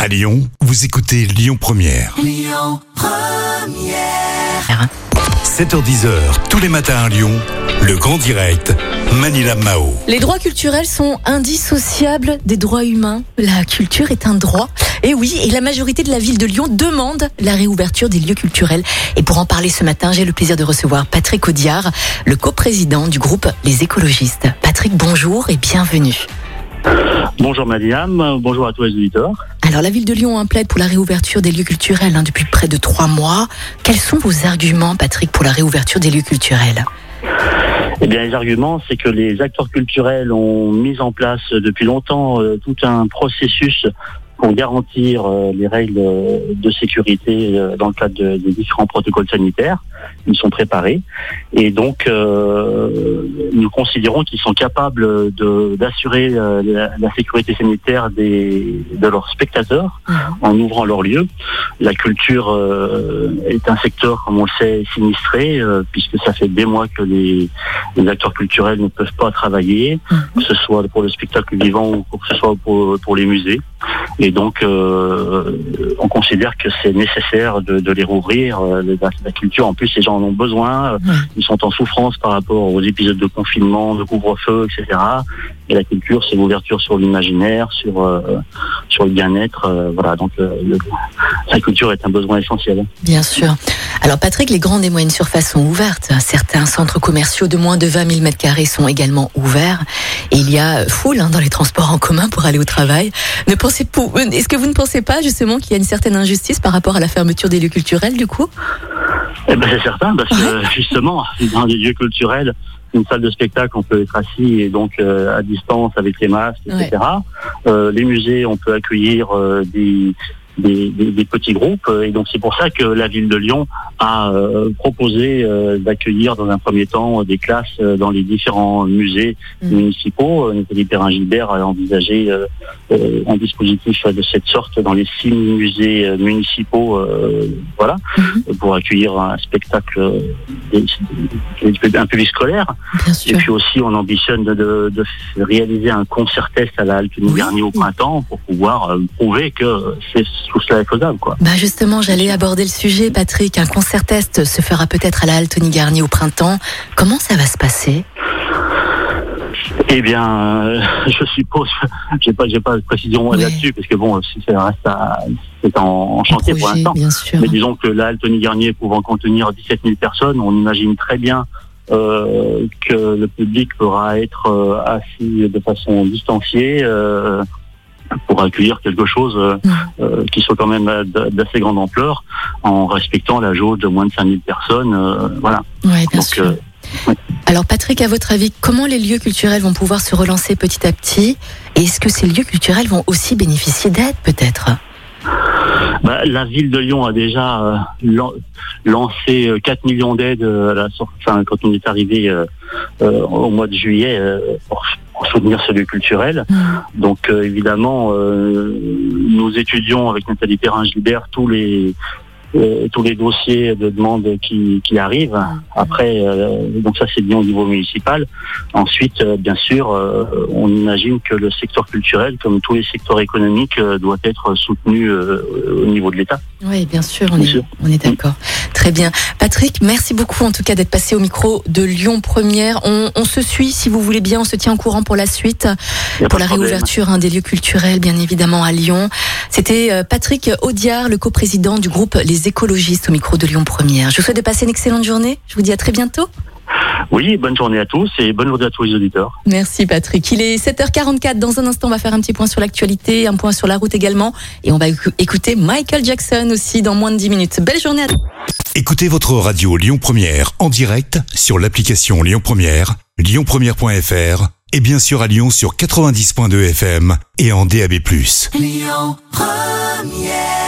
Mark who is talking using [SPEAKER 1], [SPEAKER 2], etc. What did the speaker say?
[SPEAKER 1] À Lyon, vous écoutez Lyon Première.
[SPEAKER 2] Lyon Première.
[SPEAKER 1] 7h10, tous les matins à Lyon, le grand direct, Manila Mao.
[SPEAKER 3] Les droits culturels sont indissociables des droits humains. La culture est un droit. Et oui, et la majorité de la ville de Lyon demande la réouverture des lieux culturels. Et pour en parler ce matin, j'ai le plaisir de recevoir Patrick Audiard, le coprésident du groupe Les Écologistes. Patrick, bonjour et bienvenue.
[SPEAKER 4] Bonjour Madiam, bonjour à tous les auditeurs.
[SPEAKER 3] Alors la ville de Lyon plaide pour la réouverture des lieux culturels depuis près de 3 mois. Quels sont vos arguments, Patrick, pour la réouverture des lieux culturels ?
[SPEAKER 4] Eh bien, les arguments, c'est que les acteurs culturels ont mis en place depuis longtemps tout un processus pour garantir les règles de sécurité dans le cadre des différents protocoles sanitaires. Ils sont préparés et donc nous considérons qu'ils sont capables d'assurer la sécurité sanitaire de leurs spectateurs en ouvrant leurs lieux. La culture est un secteur, comme on le sait, sinistré puisque ça fait des mois que les acteurs culturels ne peuvent pas travailler, que ce soit pour le spectacle vivant ou que ce soit pour les musées. Et donc, on considère que c'est nécessaire de les rouvrir. La culture, en plus, les gens en ont besoin. Ils sont en souffrance par rapport aux épisodes de confinement, de couvre-feu, etc. Et la culture, c'est l'ouverture sur l'imaginaire, sur le bien-être. Voilà, donc la culture est un besoin essentiel.
[SPEAKER 3] Bien sûr. Alors Patrick, les grandes et moyennes surfaces sont ouvertes. Certains centres commerciaux de moins de 20 000 m² sont également ouverts. Et il y a foule dans les transports en commun pour aller au travail. Est-ce que vous ne pensez pas justement qu'il y a une certaine injustice par rapport à la fermeture des lieux culturels du coup ?
[SPEAKER 4] Eh ben c'est certain, parce que justement, dans les lieux culturels, une salle de spectacle, on peut être assis et donc à distance avec les masques, etc. Les musées, on peut accueillir des petits groupes, et donc c'est pour ça que la ville de Lyon a proposé d'accueillir dans un premier temps des classes dans les différents musées municipaux. Nathalie Perrin-Gilbert a envisagé un dispositif de cette sorte dans les 6 musées municipaux, pour accueillir un spectacle un public scolaire. Et puis aussi on ambitionne de réaliser un concert test à la Halte Garnier au printemps pour pouvoir prouver que tout cela est faisable, quoi.
[SPEAKER 3] Justement, j'allais aborder le sujet, Patrick. Un concert test se fera peut-être à la Halte Garnier au printemps. Comment ça va se passer ?
[SPEAKER 4] Eh bien, je suppose, j'ai pas de précision là-dessus, parce que bon, si ça reste c'est en chantier pour l'instant. Mais disons que la Halte Garnier pouvant contenir 17 000 personnes, on imagine très bien que le public pourra être assis de façon distanciée pour accueillir quelque chose qui soit quand même d'assez grande ampleur, en respectant la jauge de moins de 5 000 personnes. Voilà.
[SPEAKER 3] Oui, bien sûr. Alors Patrick, à votre avis, comment les lieux culturels vont pouvoir se relancer petit à petit ? Et est-ce que ces lieux culturels vont aussi bénéficier d'aide, peut-être ?
[SPEAKER 4] La ville de Lyon a déjà lancé 4 millions d'aides quand on est arrivé au mois de juillet pour soutenir ce lieu culturel. Donc évidemment, nous étudions avec Nathalie Perrin-Gilbert tous les dossiers de demande qui arrivent. Après, donc ça c'est bien au niveau municipal. Ensuite, bien sûr, on imagine que le secteur culturel, comme tous les secteurs économiques, doit être soutenu au niveau de l'État.
[SPEAKER 3] Oui, bien sûr, on est d'accord. Très bien. Patrick, merci beaucoup en tout cas d'être passé au micro de Lyon Première. On se suit, si vous voulez bien, on se tient au courant pour la suite, pour la réouverture des lieux culturels, bien évidemment, à Lyon. C'était Patrick Audiard, le coprésident du groupe Les Écologistes, au micro de Lyon Première. Je vous souhaite de passer une excellente journée. Je vous dis à très bientôt.
[SPEAKER 4] Oui, bonne journée à tous et bonne journée à tous les auditeurs.
[SPEAKER 3] Merci Patrick. Il est 7h44. Dans un instant, on va faire un petit point sur l'actualité, un point sur la route également. Et on va écouter Michael Jackson aussi dans moins de 10 minutes. Belle journée à tous.
[SPEAKER 1] Écoutez votre radio Lyon Première en direct sur l'application Lyon Première, lyonpremière.fr et bien sûr à Lyon sur 90.2 FM et en DAB+.
[SPEAKER 2] Lyon Première.